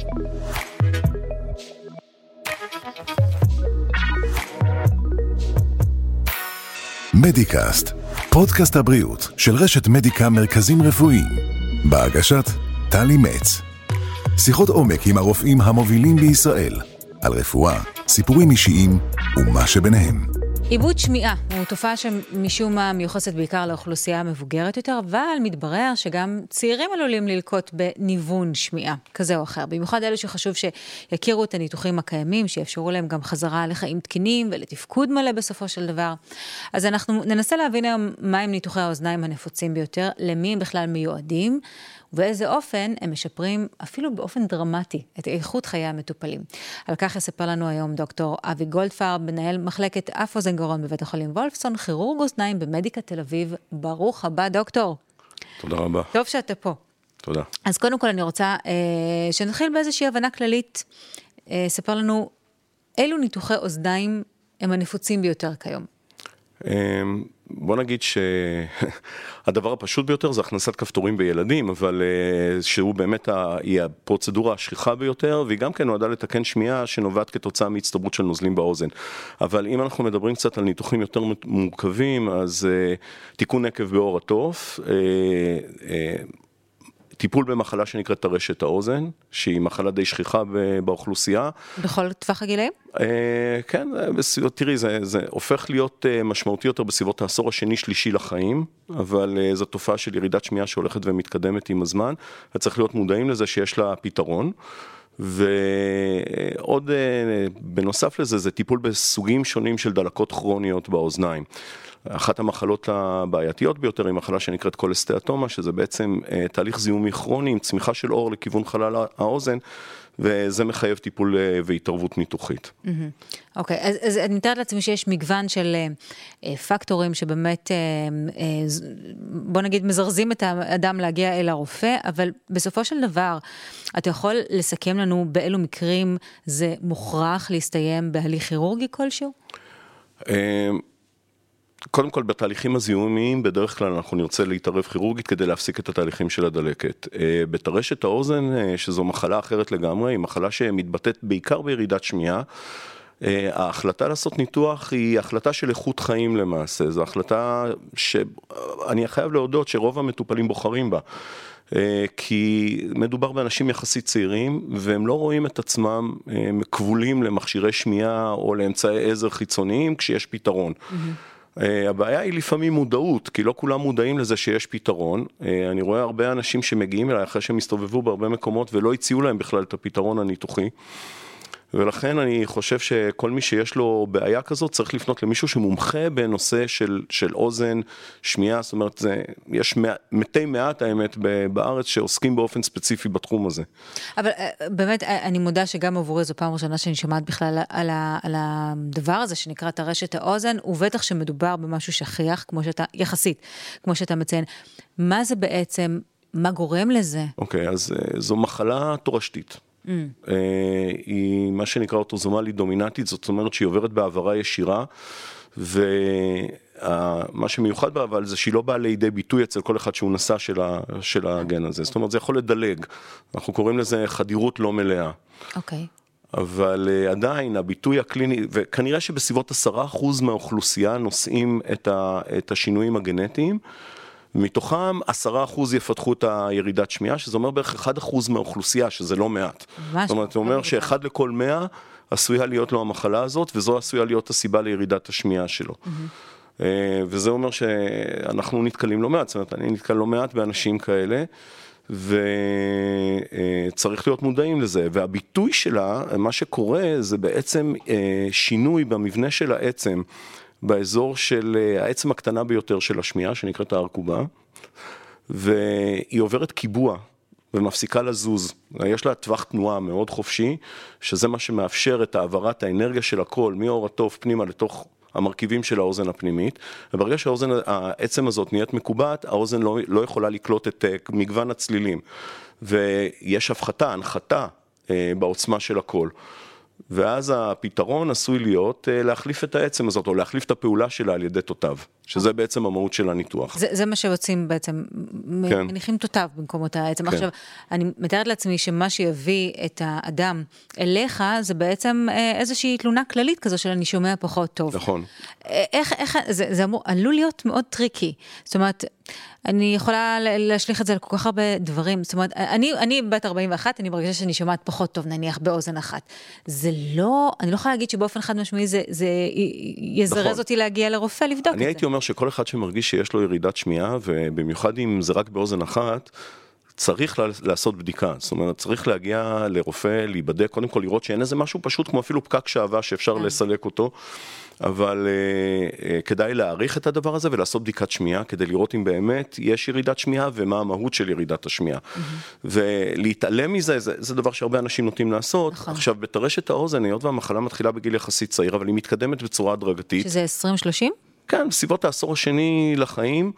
מדיקאסט, פודקאסט הבריאות של רשת מדיקה מרכזים רפואיים, בהגשת טלי מצ. שיחות עומק עם הרופאים המובילים בישראל, על רפואה, סיפורים אישיים ומה שביניהם. עיבוד שמיעה הוא תופעה שמשום מה מיוחסת בעיקר לאוכלוסייה המבוגרת יותר, אבל מתברר שגם צעירים עלולים ללקות בניוון שמיעה כזה או אחר. במיוחד אלו שחשוב שיכירו את הניתוחים הקיימים, שיאפשרו להם גם חזרה לחיים תקינים ולתפקוד מלא בסופו של דבר. אז אנחנו ננסה להבין היום מהם ניתוחי האוזניים הנפוצים ביותר, למי הם בכלל מיועדים, ובאיזה אופן הם משפרים אפילו באופן דרמטי את איכות חיי המטופלים. על כך יספר לנו היום דוקטור אבי גולדפרב, מנהל מחלקת אף אוזן גרון בבית החולים וולפסון, כירורג אוזניים במדיקה תל אביב. ברוך הבא דוקטור. תודה רבה. טוב שאתה פה. תודה. אז קודם כל אני רוצה שנתחיל באיזושהי הבנה כללית. ספר לנו אילו ניתוחי אוזניים הם הנפוצים ביותר כיום. בוא נגיד שהדבר הפשוט ביותר זה הכנסת כפתורים בילדים, אבל שהוא באמת היא הפרוצדורה השכיחה ביותר, והיא גם כן נועדה לתקן שמיעה שנובעת כתוצאה מהצטברות של נוזלים באוזן. אבל אם אנחנו מדברים קצת על ניתוחים יותר מורכבים, אז תיקון עקב באור התוף, טיפול במחלה שנקראת טרשת האוזן, שהיא מחלה די שכיחה באוכלוסייה. בכל טווח הגילאים? כן, תראי, זה הופך להיות משמעותי יותר בסביבות העשור השני-שלישי לחיים, אבל זו תופעה של ירידת שמיעה שהולכת ומתקדמת עם הזמן, וצריך להיות מודעים לזה שיש לה פתרון. ועוד בנוסף לזה, זה טיפול בסוגים שונים של דלקות כרוניות באוזניים. אחת המחלות הבעייתיות ביותר היא מחלה שנקראת קולסטאטומה, שזה בעצם תהליך זיהומי כרוני עם צמיחה של אור לכיוון חלל האוזן, וזה מחייב טיפול והתערבות ניתוחית. אוקיי, אז אני מתארת לעצמי שיש מגוון של פקטורים שבאמת, בוא נגיד, מזרזים את האדם להגיע אל הרופא, אבל בסופו של דבר, אתה יכול לסכם לנו באילו מקרים זה מוכרח להסתיים בהליך כירורגי כלשהו? קודם כל, בתהליכים הזיהומיים, בדרך כלל אנחנו נרצה להתערב כירורגית כדי להפסיק את התהליכים של הדלקת. בטרשת האוזן, שזו מחלה אחרת לגמרי, היא מחלה שמתבטאת בעיקר בירידת שמיעה. ההחלטה לעשות ניתוח היא החלטה של איכות חיים למעשה. זו החלטה שאני חייב להודות שרוב המטופלים בוחרים בה. כי מדובר באנשים יחסית צעירים, והם לא רואים את עצמם כבולים למכשירי שמיעה או לאמצעי עזר חיצוניים כשיש פתרון. הבעיה היא לפעמים מודעות, כי לא כולם מודעים לזה שיש פתרון. אני רואה הרבה אנשים שמגיעים אליי אחרי שהם הסתובבו בהרבה מקומות ולא הציעו להם בכלל את הפתרון הניתוחי. ולכן אני חושב שכל מי שיש לו בעיה כזאת צריך לפנות למישהו שמומחה בנושא של אוזן, שמיעה, זאת אומרת, יש מתי מעט האמת בארץ שעוסקים באופן ספציפי בתחום הזה. אבל באמת אני מודה שגם עבורי זו פעם ראשונה שאני שומעת בכלל על הדבר הזה שנקרא טרשת האוזן, ובטח שמדובר במשהו שכיח, יחסית, כמו שאתה מציין. מה זה בעצם, מה גורם לזה? אוקיי, אז זו מחלה תורשתית. היא מה שנקרא אוטוזומלית דומיננטית, זאת אומרת שהיא עוברת בעברה ישירה, ומה שמיוחד בה אבל זה שהיא לא באה לידי ביטוי אצל כל אחד שהוא נשא של הגן הזה, זאת אומרת זה יכול לדלג, אנחנו קוראים לזה חדירות לא מלאה. אוקיי. אבל עדיין הביטוי הקליני, וכנראה שבסביבות 10% מהאוכלוסייה נושאים את השינויים הגנטיים, מתוכם 10% יפתחו את הירידת שמיעה, שזה אומר בערך 1% מהאוכלוסייה, שזה לא מעט. זאת אומרת, זה אומר שאחד לכל 100 עשויה להיות לו המחלה הזאת, וזו עשויה להיות הסיבה לירידת השמיעה שלו. וזה אומר שאנחנו נתקלים לא מעט, זאת אומרת, אני נתקל לא מעט באנשים כאלה, וצריך להיות מודעים לזה. והביטוי שלה, מה שקורה, זה בעצם שינוי במבנה של העצם, באזור של העצם הקטנה ביותר של השמיעה, שנקראת הארכובה, והיא עוברת קיבוע, ומפסיקה לזוז. יש לה טווח תנועה מאוד חופשי, שזה מה שמאפשר את העברת האנרגיה של הכל, מאור התוף פנימה לתוך המרכיבים של האוזן הפנימית, וברגע שהעצם הזאת נהיית מקובעת, האוזן לא יכולה לקלוט את מגוון הצלילים, ויש הנחתה בעוצמה של הכל. ואז הפתרון עשוי להיות להחליף את העצם הזאת, או להחליף את הפעולה שלה על ידי תותב, שזה בעצם המהות של הניתוח. זה מה שרוצים בעצם, מניחים תותב במקומות העצם. עכשיו, אני מתארת לעצמי שמה שיביא את האדם אליך, זה בעצם איזושהי תלונה כללית כזו של אני שומע פחות טוב. נכון. זה עלול להיות מאוד טריקי. זאת אומרת, אני יכולה להשליך את זה לכל כך הרבה דברים. זאת אומרת, אני בת 41, אני מרגישה שאני שומעת פחות טוב, נניח, באוזן אחת. זה לא, אני לא יכולה להגיד שבאופן חד משמעי זה יזרז אותי להגיע לרופא לבדוק את זה. אני הייתי אומר שכל אחד שמרגיש שיש לו ירידת שמיעה, ובמיוחד אם זה רק באוזן אחת, צריך לעשות בדיקה. זאת אומרת, צריך להגיע לרופא, להיבדק, קודם כל לראות שאין איזה משהו פשוט, כמו אפילו פקק שעבה שאפשר לסלק אותו. אבל כדאי להעריך את הדבר הזה ולעשות בדיקת שמיעה, כדי לראות אם באמת יש ירידת שמיעה ומה המהות של ירידת השמיעה. ולהתעלם מזה, זה דבר שהרבה אנשים נוטים לעשות. עכשיו, בטרשת האוזן, היות והמחלה מתחילה בגיל יחסית צעיר, אבל היא מתקדמת בצורה הדרגתית. שזה 20-30? כן, בסביבות העשור השני לחיים,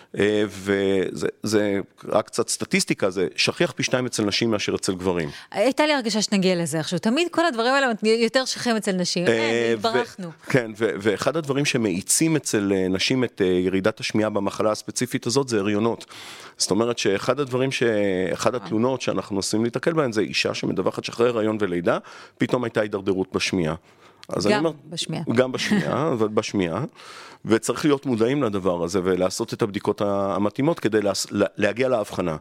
וזה רק קצת סטטיסטיקה, זה שכיח פי 2 אצל נשים מאשר אצל גברים. הייתה לי הרגשה שנגיע לזה, עכשיו תמיד כל הדברים האלה יותר שכיחים אצל נשים, התברכנו. כן, ואחד הדברים שמאיצים אצל נשים את ירידת השמיעה במחלה הספציפית הזאת, זה הריונות. זאת אומרת שאחד הדברים, אחד התלונות שאנחנו עושים להתקל בהן, זה אישה שמדווחת שאחרי הריון ולידה, פתאום הייתה הידרדרות בשמיעה. גם בשמיעה, אבל בשמיעה, וצריך להיות מודעים לדבר הזה, ולעשות את הבדיקות המתאימות, כדי להגיע להבחנה.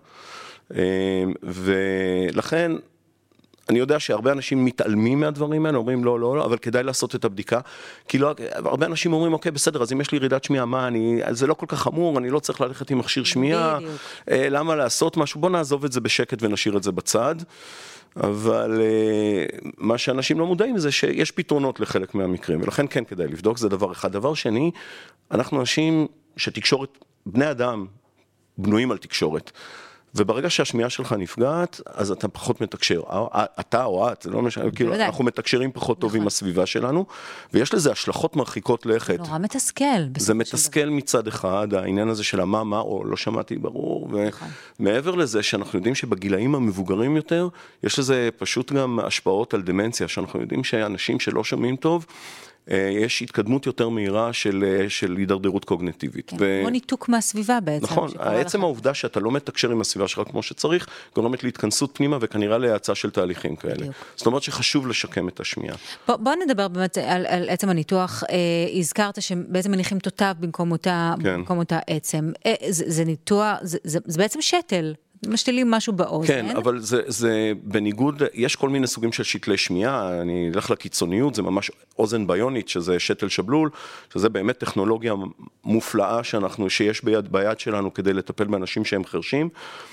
ולכן, אני יודע שהרבה אנשים מתעלמים מהדברים האלה, אומרים לא, אבל כדאי לעשות את הבדיקה, כי הרבה אנשים אומרים, אוקיי, בסדר, אז אם יש לי ירידת שמיעה, זה לא כל כך חמור, אני לא צריך ללכת עם מכשיר שמיעה, למה לעשות משהו? בוא נעזוב את זה בשקט ונשאיר את זה בצד. אבל מה שאנשים לא מודעים זה שיש פתרונות לחלק מהמקרים, ולכן כן כדאי לבדוק, זה דבר אחד. דבר שני, אנחנו אנשים שתקשורת, בני אדם בנויים על תקשורת, וברגע שהשמיעה שלך נפגעת, אז אתה פחות מתקשר. אתה או את, זה לא משנה, כאילו, אנחנו מתקשרים פחות טוב עם הסביבה שלנו, ויש לזה השלכות מרחיקות לכת. נורא מתסכל. זה מתסכל מצד אחד, העניין הזה של מה, או לא שמעתי ברור, ומעבר לזה שאנחנו יודעים שבגילאים המבוגרים יותר, יש לזה פשוט גם השפעות על דמנציה, שאנחנו יודעים שאנשים שלא שומעים טוב, יש התקדמות יותר מהירה של הידרדרות קוגניטיבית. כמו ניתוק מהסביבה בעצם. נכון, העצם העובדה שאתה לא מתקשר עם הסביבה שלך כמו שצריך, גורמת להתכנסות פנימה וכנראה להאצה של תהליכים כאלה. זאת אומרת שחשוב לשקם את השמיעה. בוא נדבר באמת על עצם הניתוח. הזכרת שבעצם מניחים תותב במקום אותה עצם. זה ניתוח, זה בעצם שתל. משתילים משהו באוזן. כן, אבל זה בניגוד, יש כל מיני סוגים של שתלי שמיעה, אני אלך לקיצוניות, זה ממש אוזן ביונית, שזה שתל שבלול, שזה באמת טכנולוגיה מופלאה שיש ביד שלנו כדי לטפל באנשים שהם חרשים,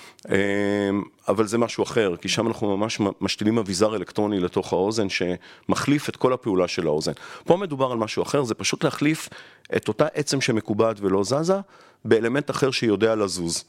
אבל זה משהו אחר, כי שם אנחנו ממש משתילים אביזר אלקטרוני לתוך האוזן, שמחליף את כל הפעולה של האוזן. פה מדובר על משהו אחר, זה פשוט להחליף את אותה עצם שמקובעת ולא זזה, באלמנט אחר שיודע לזוז.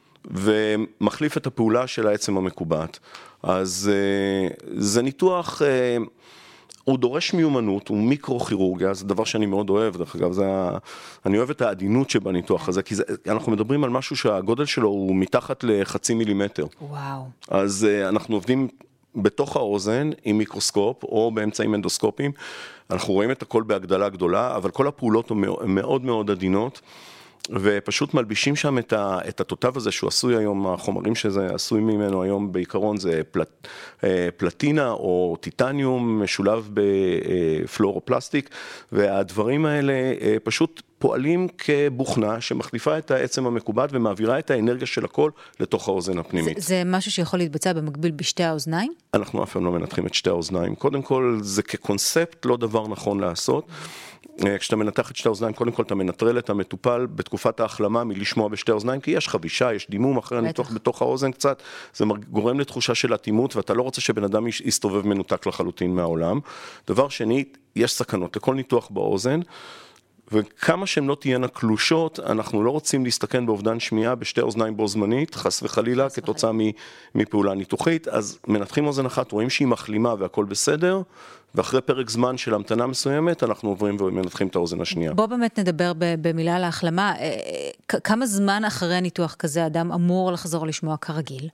ומחליף את הפעולה של העצם המקובעת. אז זה ניתוח, הוא דורש מיומנות, הוא מיקרו-כירורגיה, זה דבר שאני מאוד אוהב, דרך אגב, אני אוהב את העדינות שבניתוח הזה, כי אנחנו מדברים על משהו שהגודל שלו הוא מתחת ל0.5 מילימטר. וואו. אז אנחנו עובדים בתוך האוזן עם מיקרוסקופ, או באמצעים אנדוסקופיים, אנחנו רואים את הכל בהגדלה גדולה, אבל כל הפעולות הן מאוד מאוד עדינות, ופשוט מלבישים שם את התותב הזה שהוא עשוי היום, החומרים שזה עשוי ממנו היום בעיקרון זה פלטינה או טיטניום משולב בפלורופלסטיק, והדברים האלה פשוט פועלים כבוכנה שמחליפה את העצם המקובעת ומעבירה את האנרגיה של הכל לתוך האוזן הפנימית. זה משהו שיכול להתבצע במקביל בשתי האוזניים? אנחנו אף פעם לא מנתחים את שתי האוזניים. קודם כל זה כקונספט לא דבר נכון לעשות. כשאתה מנתח את שתי האוזניים, קודם כל אתה מנטרל את המטופל בתקופת ההחלמה מלשמוע בשתי האוזניים, כי יש חבישה, יש דימום אחרי הניתוח בתוך האוזן קצת, זה גורם לתחושה של אטימות, ואתה לא רוצה שבן אדם יסתובב מנותק לחלוטין מהעולם. דבר שני, יש סכנות לכל ניתוח באוזן, וכמה שהן לא תהיינה קלושות, אנחנו לא רוצים להסתכן באובדן שמיעה בשתי אוזניים בו זמנית, חס וחלילה, כתוצאה מפעולה ניתוחית, אז מנתחים אוזן אחת, רואים שהיא מחלימה והכל בסדר, ואחרי פרק זמן של המתנה מסוימת, אנחנו עוברים ומנתחים את האוזן השנייה. בוא באמת נדבר במילה על ההחלמה. כמה זמן אחרי הניתוח כזה אדם אמור לחזור לשמוע כרגיל?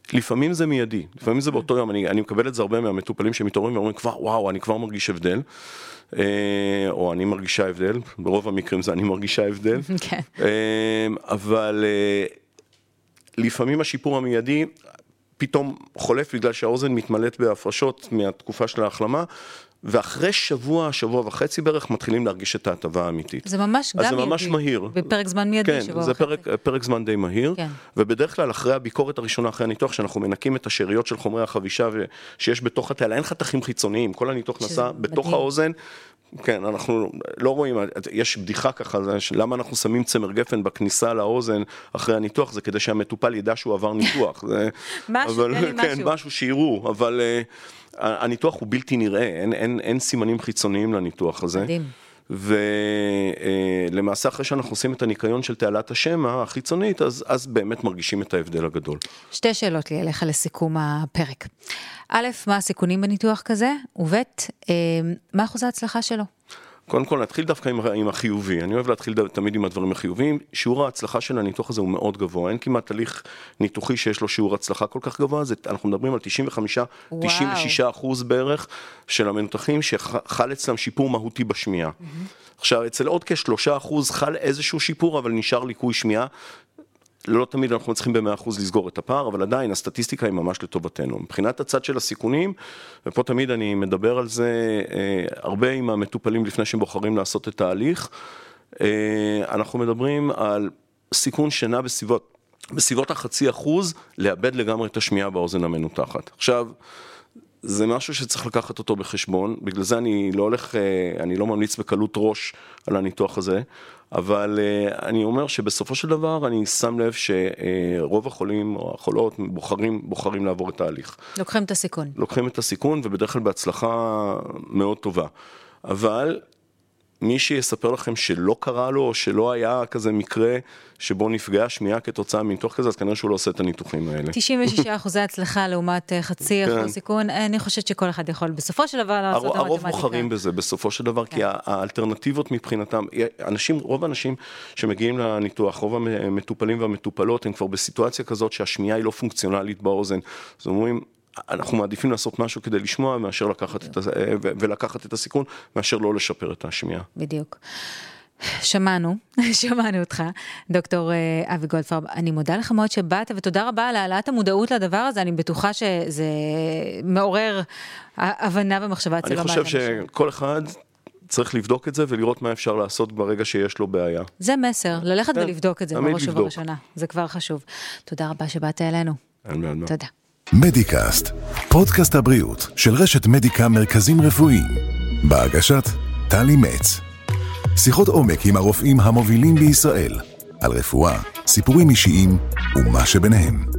לפעמים זה מיידי, לפעמים זה באותו יום, אני מקבל את זה הרבה מהמטופלים שמתעוררים ואומרים כבר, וואו, אני כבר מרגיש הבדל, או אני מרגישה הבדל, ברוב המקרים זה אני מרגישה הבדל, אבל לפעמים השיפור המיידי פתאום חולף בגלל שהאוזן מתמלאת בהפרשות מהתקופה של ההחלמה, ואחרי שבוע וחצי בערך מתחילים להרגיש את ההטבה האמיתית. זה ממש גם מיידי. אז זה ממש מהיר. בפרק זמן מיידי, כן, שבוע וחצי. כן, זה פרק זמן די מהיר, כן. ובדרך כלל אחרי הביקורת הראשונה, אחרי הניתוח, שאנחנו מנקים את השאריות של חומרי החבישה, שיש בתוך התעלה, אין חתכים חיצוניים, כל הניתוח נעשה בתוך האוזן, כן, אנחנו לא רואים, יש בדיחה ככה, למה אנחנו שמים צמר גפן בכניסה לאוזן אחרי הניתוח, זה כדי שהמטופל ידע שהוא עבר ניתוח. משהו שיראו, אבל הניתוח הוא בלתי נראה, אין סימנים חיצוניים לניתוח הזה. מדהים. ולמעשה אחרי שאנחנו עושים את הניקיון של תעלת השמע החיצונית, אז באמת מרגישים את ההבדל הגדול. שתי שאלות לי אליך לסיכום הפרק. א', מה הסיכונים בניתוח כזה? וב', מה אחוז ההצלחה שלו? קודם כל, נתחיל דווקא עם החיובי. אני אוהב להתחיל תמיד עם הדברים החיוביים. שיעור ההצלחה של הניתוח הזה הוא מאוד גבוה. אין כמעט תהליך ניתוחי שיש לו שיעור הצלחה כל כך גבוה. אנחנו מדברים על 95-96% בערך של המנותחים שחל אצלם שיפור מהותי בשמיעה. עכשיו, אצל עוד כ3% חל איזשהו שיפור, אבל נשאר ליקוי שמיעה. לא תמיד אנחנו צריכים ב100% לסגור את הפער, אבל עדיין הסטטיסטיקה היא ממש לטובתנו. מבחינת הצד של הסיכונים, ופה תמיד אני מדבר על זה הרבה עם המטופלים לפני שהם בוחרים לעשות את ההליך, אנחנו מדברים על סיכון שנע בסביבות 0.5% לאבד לגמרי את השמיעה באוזן המנותחת. עכשיו, זה משהו שצריך לקחת אותו בחשבון, בגלל זה אני לא ממליץ בקלות ראש על הניתוח הזה, אבל אני אומר שבסופו של דבר אני שם לב שרוב החולים או החולות בוחרים לעבור את ההליך. לוקחים את הסיכון. לוקחים את הסיכון ובדרך כלל בהצלחה מאוד טובה. אבל מי שיספר לכם שלא קרה לו או שלא היה כזה מקרה שבו נפגעה שמיעה כתוצאה מניתוח כזה, אז כנראה שהוא לא עושה את הניתוחים האלה. 96% הצלחה לעומת 0.5% סיכון, אני חושבת שכל אחד יכול בסופו של דבר לעשות המתמטיקה. הרוב בוחרים בזה בסופו של דבר, כי האלטרנטיבות מבחינתם, רוב האנשים שמגיעים לניתוח, רוב המטופלים והמטופלות, הם כבר בסיטואציה כזאת שהשמיעה היא לא פונקציונלית באוזן. זאת אומרת, אנחנו מעדיפים לעשות משהו כדי לשמוע, מאשר ולקחת את הסיכון, מאשר לא לשפר את השמיעה. בדיוק. שמענו אותך, דוקטור אבי גולדפרב. אני מודה לך מאוד שבאת, ותודה רבה על העלאת המודעות לדבר הזה. אני בטוחה שזה מעורר הבנה ומחשבה אצל המעט. אני חושב שכל אחד צריך לבדוק את זה ולראות מה אפשר לעשות ברגע שיש לו בעיה. זה מסר, ללכת ולבדוק את זה בראש ובראשונה. זה כבר חשוב. תודה רבה שבאת אלינו. תודה. מדיקאסט, פודקאסט הבריאות של רשת מדיקה מרכזים רפואיים. בהגשת טלי מצ. שיחות עומק עם הרופאים המובילים בישראל. על רפואה, סיפורים אישיים ומה שביניהם.